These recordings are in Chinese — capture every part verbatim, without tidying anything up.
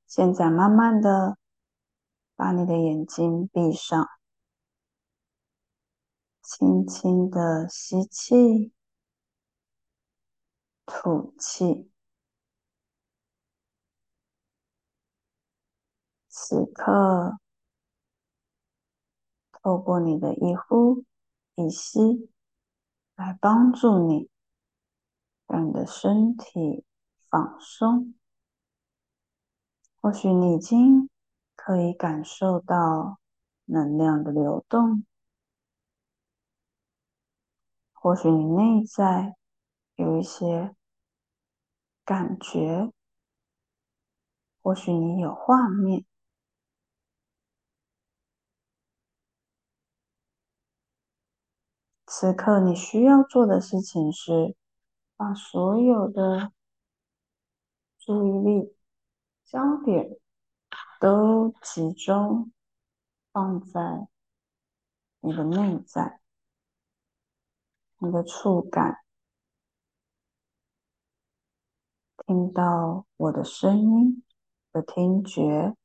现在慢慢的把你的眼睛闭上，轻轻的吸气，吐气。此刻，透过你的一呼一吸，来帮助你，让你的身体放松。或许你已经可以感受到能量的流动，或许你内在有一些感觉，或许你有画面。此刻你需要做的事情是，把所有的注意力焦点都集中放在你的内在，你的触感，听到我的声音的听觉，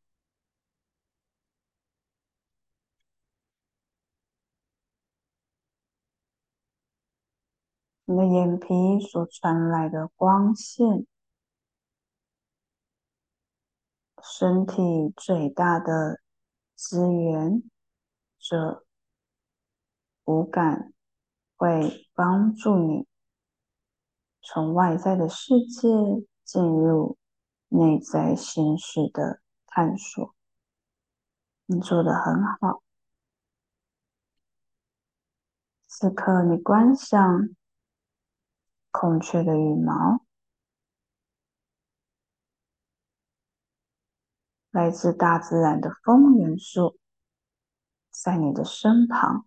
你的眼皮所传来的光线，身体最大的资源，这五感会帮助你从外在的世界进入内在心事的探索。你做得很好。此刻你观想孔雀的羽毛，来自大自然的风元素，在你的身旁。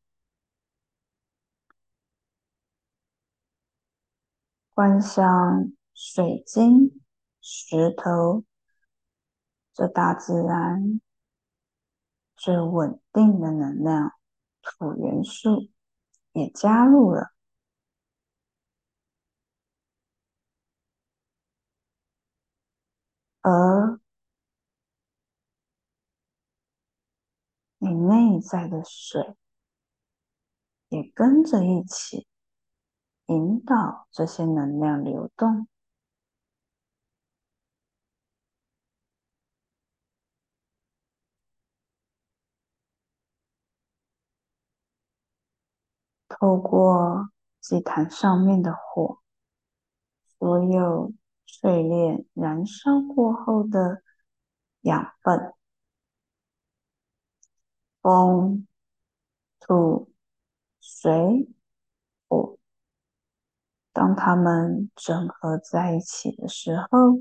观想水晶、石头，这大自然最稳定的能量，土元素也加入了。而你内在的水也跟着一起引导这些能量流动。透过祭坛上面的火，所有淬炼燃烧过后的养分，风、土、水、火，当它们整合在一起的时候，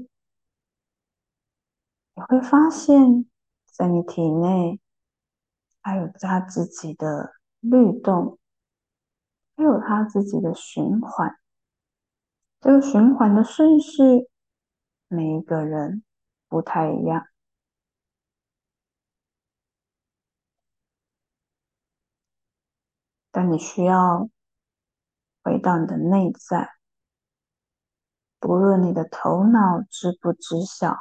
你会发现，在你体内还有它自己的律动，还有它自己的循环。这个循环的顺序，每一个人不太一样，但你需要回到你的内在，不论你的头脑知不知晓，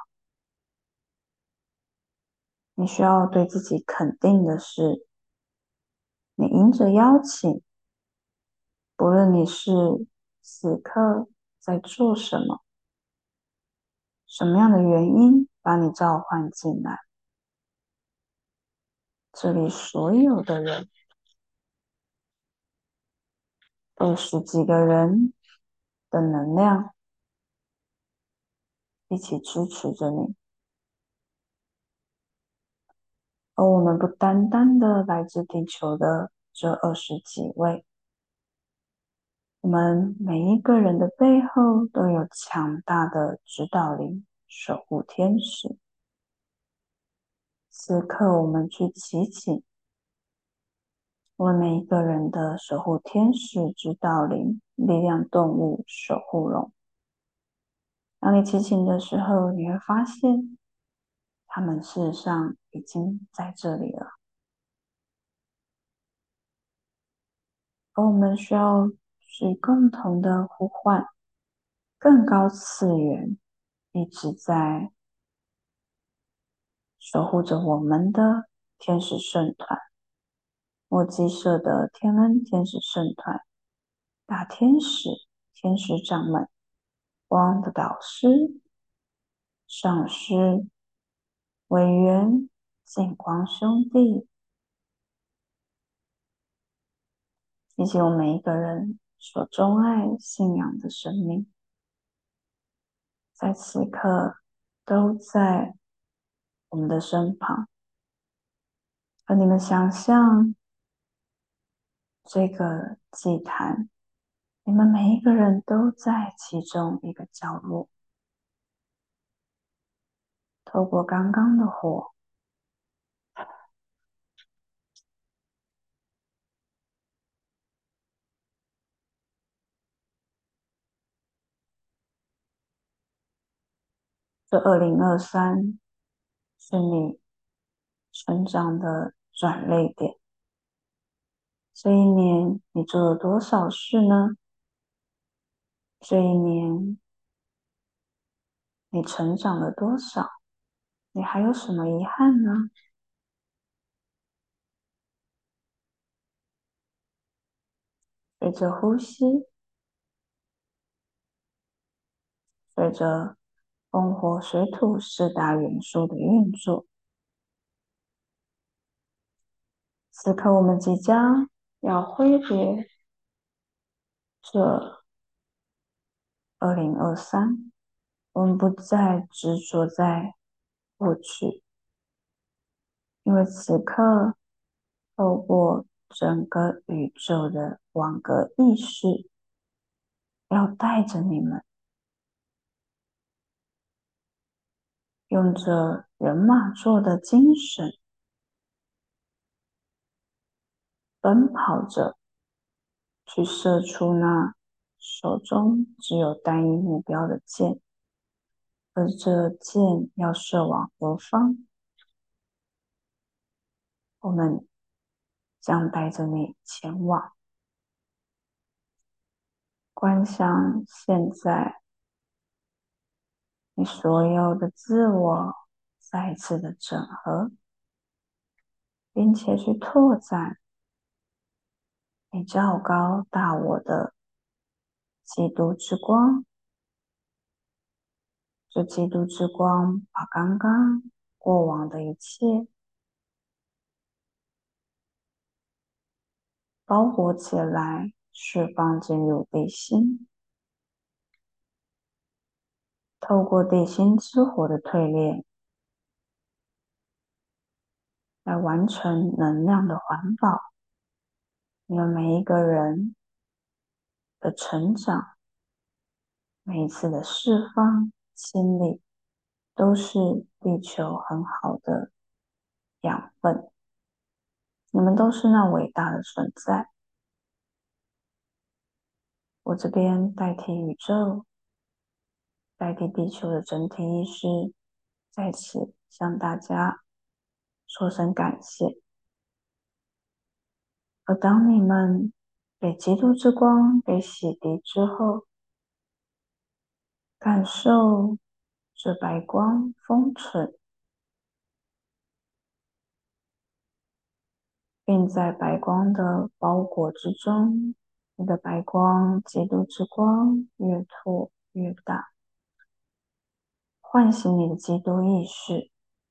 你需要对自己肯定的是，你迎着邀请，不论你是此刻在做什么，什么样的原因把你召唤进来，这里所有的人，二十几个人的能量一起支持着你。而我们不单单的来自地球的这二十几位，我们每一个人的背后都有强大的指导灵、守护天使。此刻，我们去祈请我们每一个人的守护天使、指导灵、力量动物、守护龙。当你祈请的时候，你会发现，他们事实上已经在这里了。而我们需要去共同的呼唤更高次元，一直在守护着我们的天使圣团，墨基社的天恩天使圣团、大天使、天使长们、光的导师、上师、委员、净光兄弟，以及我们每一个人所钟爱、信仰的生命，在此刻都在我们的身旁。而你们想象这个祭坛，你们每一个人都在其中一个角落，透过刚刚的火，这二零二三是你成长的转捩点。这一年你做了多少事呢？这一年你成长了多少？你还有什么遗憾呢？随着呼吸，随着风火水土四大元素的运作，此刻我们即将要挥别这二零二三，我们不再执着在过去，因为此刻透过整个宇宙的网格意识，要带着你们，用着人马座的精神，奔跑着去射出那手中只有单一目标的箭，而这箭要射往何方，我们将带着你前往。观想现在你所有的自我再一次的整合，并且去拓展你较高大我的基督之光。这基督之光把刚刚过往的一切包裹起来，释放进入地心，透过地心之火的淬炼，来完成能量的环保。你们每一个人的成长，每一次的释放、清理，都是地球很好的养分。你们都是那伟大的存在。我这边代替宇宙，代替地球的整体意识，在此向大家说声感谢。而当你们被基督之光给洗涤之后，感受这白光封存，并在白光的包裹之中，你的白光基督之光越拓越大，唤醒你的基督意识，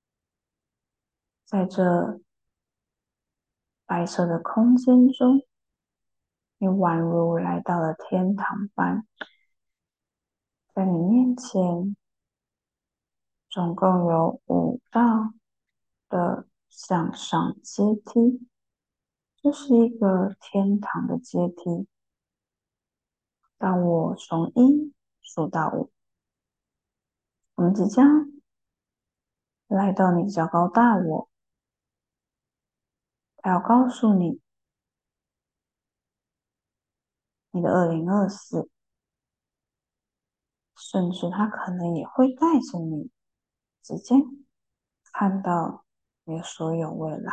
在这白色的空间中，你宛如来到了天堂般，在你面前总共有五道的向上阶梯，这是一个天堂的阶梯。当我从一数到五，我们即将来到你较高大我，他要告诉你，你的二零二四，甚至他可能也会带着你直接看到你的所有未来。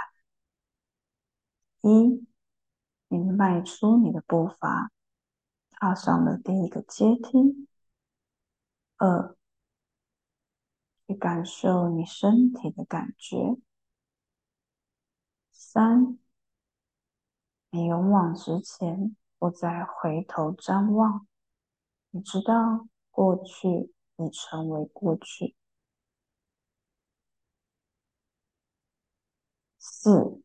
一，你迈出你的步伐，踏上了第一个阶梯。二， 去感受你身体的感觉。三，你勇往直前，不再回头张望。你知道过去已成为过去。四，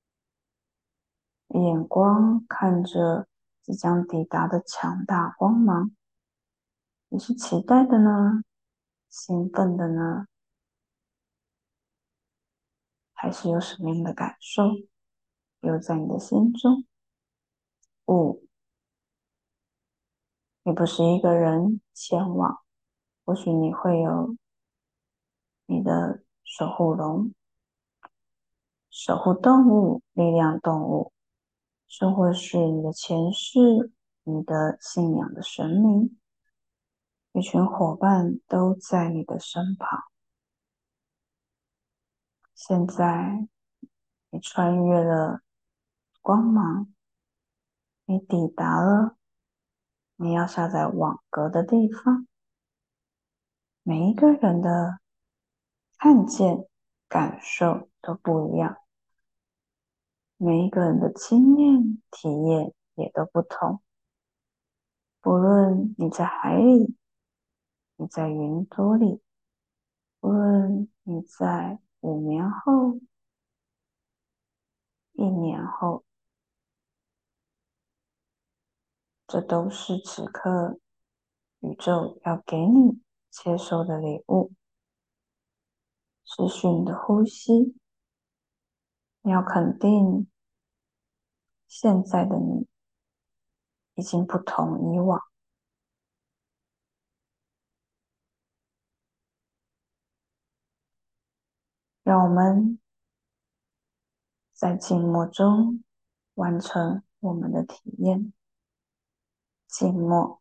眼光看着即将抵达的强大光芒，你是期待的呢？兴奋的呢？还是有什么样的感受留在你的心中？五，你不是一个人前往，或许你会有你的守护龙、守护动物、力量动物，甚或是你的前世、你的信仰的神明，一群伙伴都在你的身旁。现在，你穿越了光芒，你抵达了你要下载网格的地方。每一个人的看见、感受都不一样，每一个人的经验、体验也都不同。不论你在海里，你在云朵里，不论你在五年后、一年后，这都是此刻宇宙要给你接收的礼物。持续你的呼吸，你要肯定现在的你已经不同以往。让我们在静默中完成我们的体验。静默。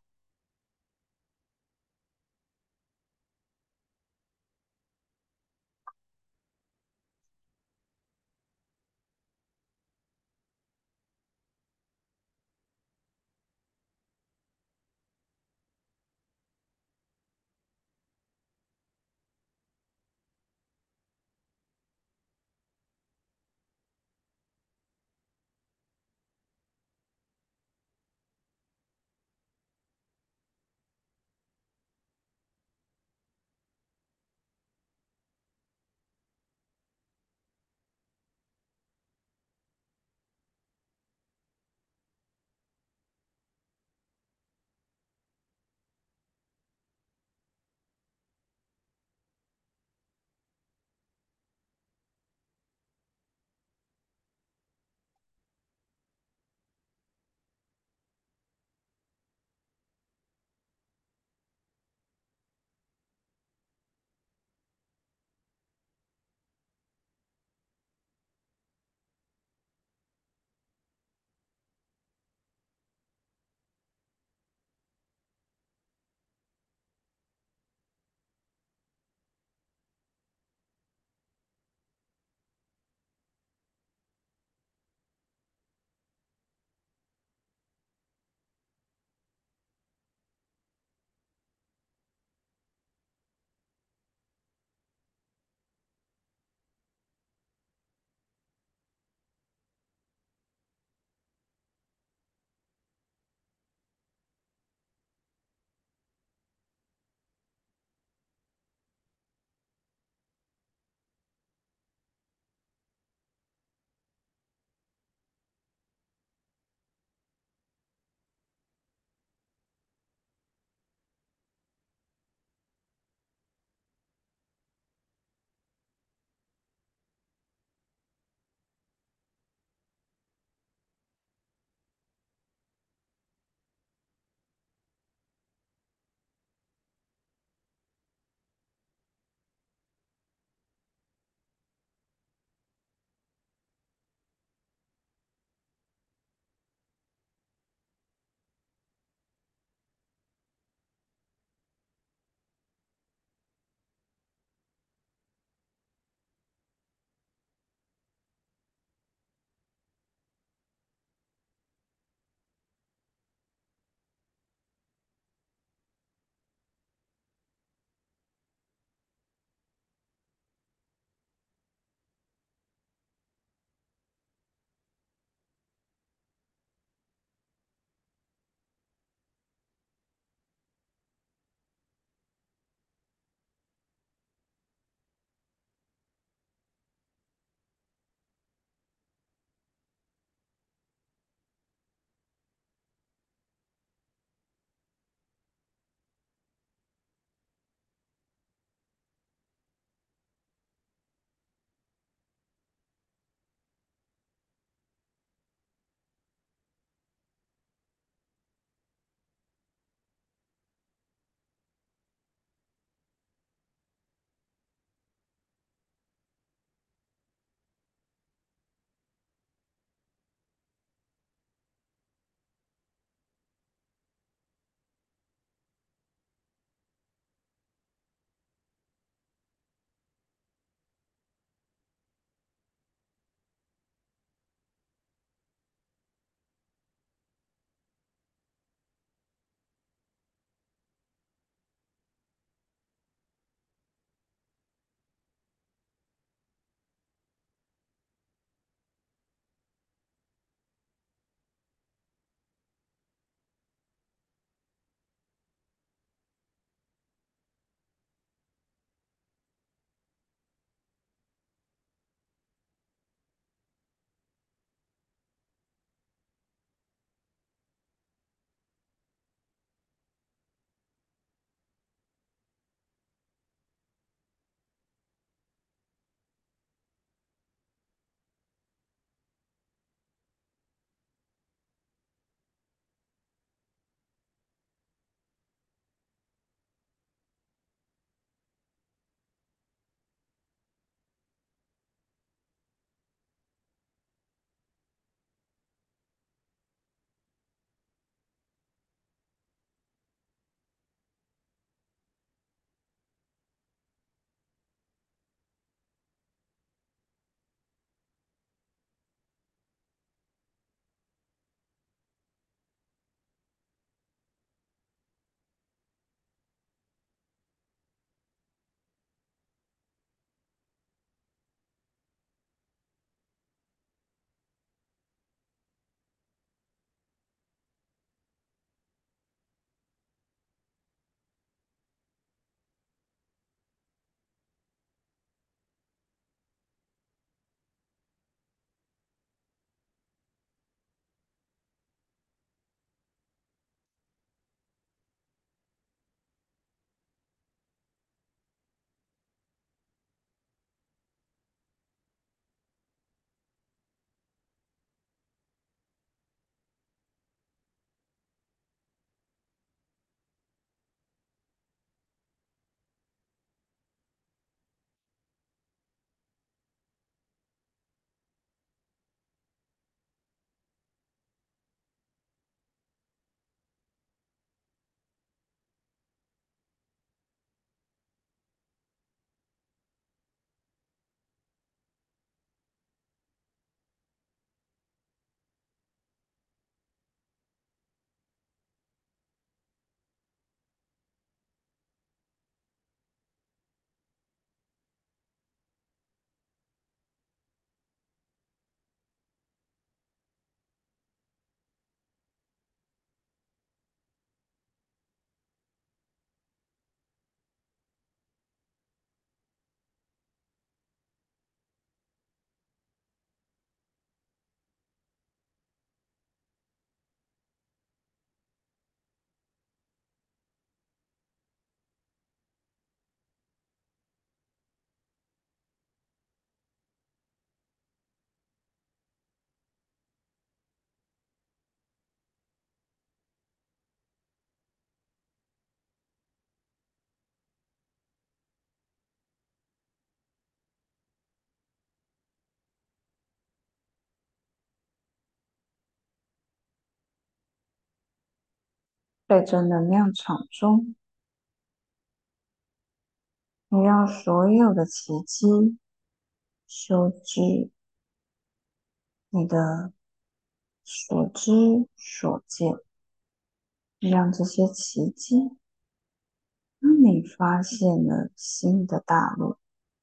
在这能量场中，你让所有的奇迹修治你的所知所见，让这些奇迹让你发现了新的大陆，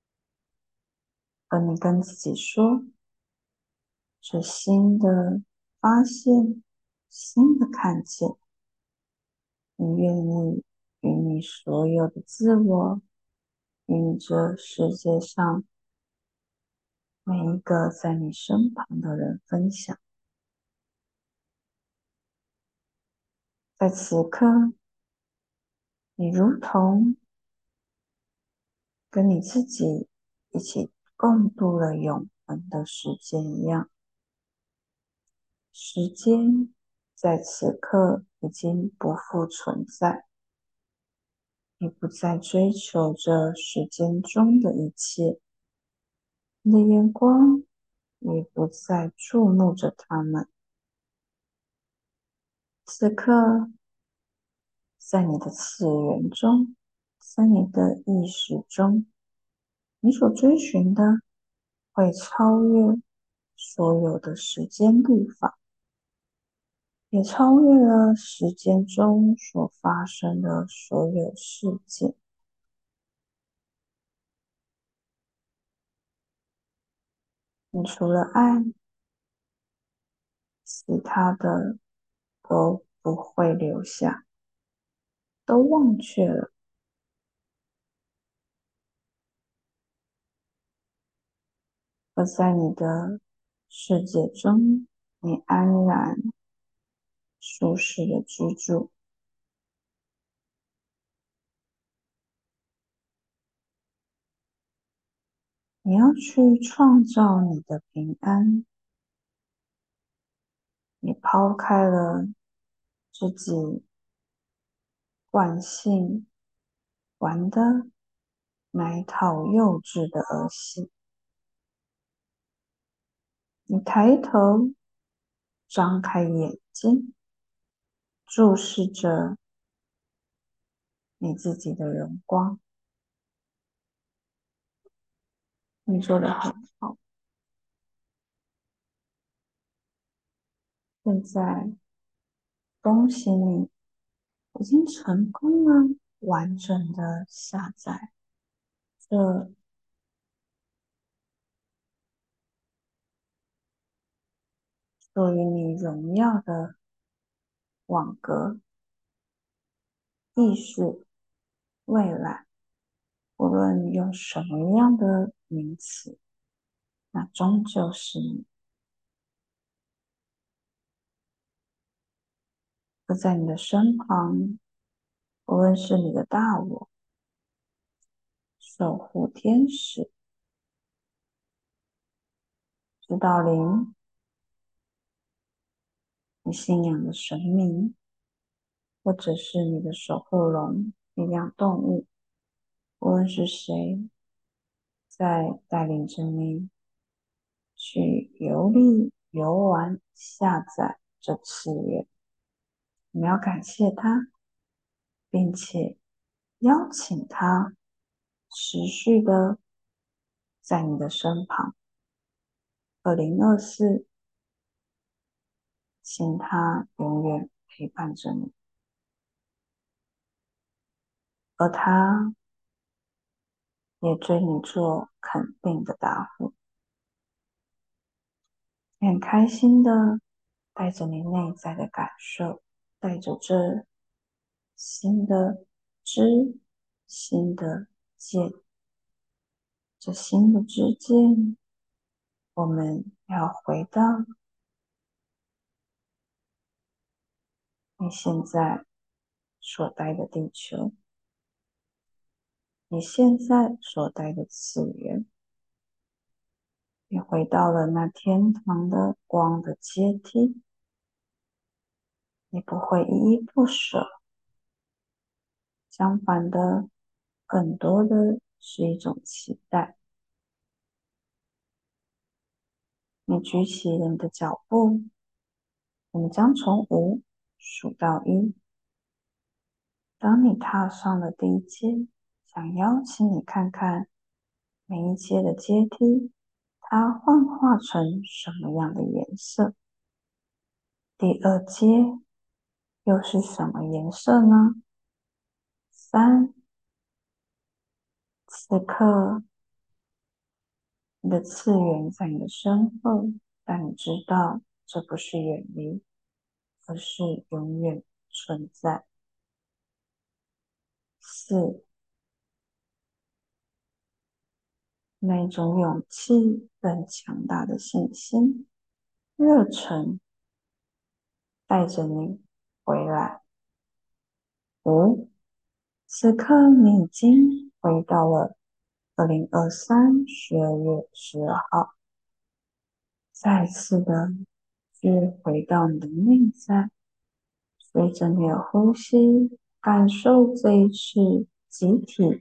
而你跟自己说，这新的发现，新的看见，你愿意与你所有的自我，与这世界上每一个在你身旁的人分享。在此刻，你如同跟你自己一起共度了永恒的时间一样，时间在此刻已经不复存在，你不再追求着时间中的一切，你的眼光也不再注目着他们。此刻，在你的次元中，在你的意识中，你所追寻的会超越所有的时间律法，也超越了时间中所发生的所有事件。你除了爱，其他的都不会留下，都忘却了。而在你的世界中，你安然舒适的居住。你要去创造你的平安，你抛开了自己惯性玩的那一套幼稚的儿戏。你抬头，张开眼睛，注视着你自己的荣光。你做得很好。现在，恭喜你，已经成功了，完整的下载这属于你荣耀的网格意识未来。无论用什么样的名词，那终究是你。而在你的身旁，无论是你的大我、守护天使、指导灵、你信仰的神明，或者是你的守护龙、力量动物，无论是谁在带领着你去游历、游玩、下载这次元，你们要感谢他，并且邀请他持续的在你的身旁。二零二四，请他永远陪伴着你，而他也对你做肯定的答复。很开心的带着你内在的感受，带着这新的知、新的见，这新的知见，我们要回到你现在所待的地球，你现在所待的次元，你回到了那天堂的光的阶梯，你不会依依不舍，相反的，更多的是一种期待。你举起你的脚步，我们将从五数到一， 当你踏上了第一阶，想邀请你看看每一阶的阶梯，它幻化成什么样的颜色？第二阶又是什么颜色呢？三，此刻你的次元在你的身后，但你知道这不是远离，而是永远存在。四，那种勇气更强大的信心、热忱，带着你回来。五，此刻你已经回到了二零二三十二月十二号，再次的去回到你的内在，随着你的呼吸，感受这一次集体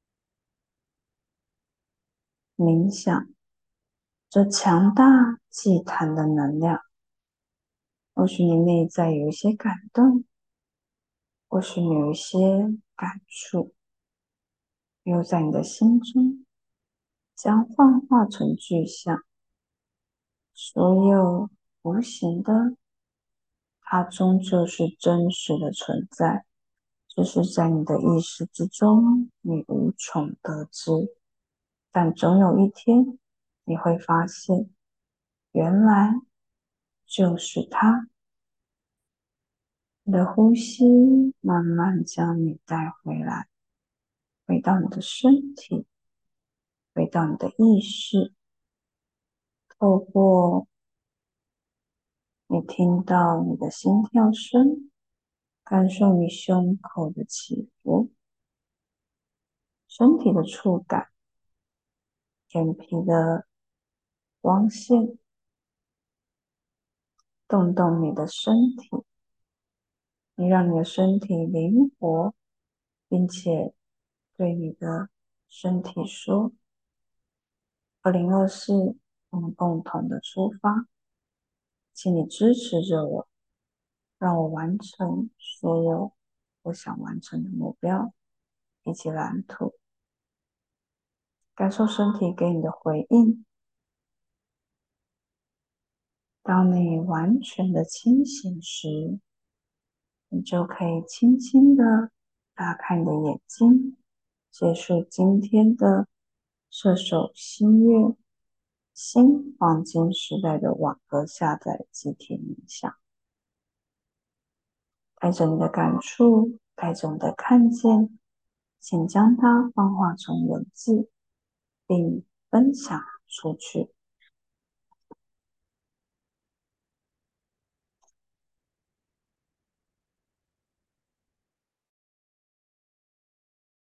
冥想这强大祭坛的能量。或许你内在有一些感动，或许你有一些感触，又在你的心中将幻化成具象。所有无形的，它终究是真实的存在，只是在你的意识之中，你无从得知。但总有一天，你会发现，原来就是它。你的呼吸慢慢将你带回来，回到你的身体，回到你的意识，透过你听到你的心跳声，感受你胸口的起伏，身体的触感，眼皮的光线，动动你的身体，你让你的身体灵活，并且对你的身体说：二零二四，我们共同的出发，请你支持着我，让我完成所有我想完成的目标以及蓝图。感受身体给你的回应。当你完全的清醒时，你就可以轻轻的打开你的眼睛，结束今天的射手新月新黄金时代的网格下载集体冥想。带着你的感触，带着你的看见，请将它幻化成文字，并分享出去。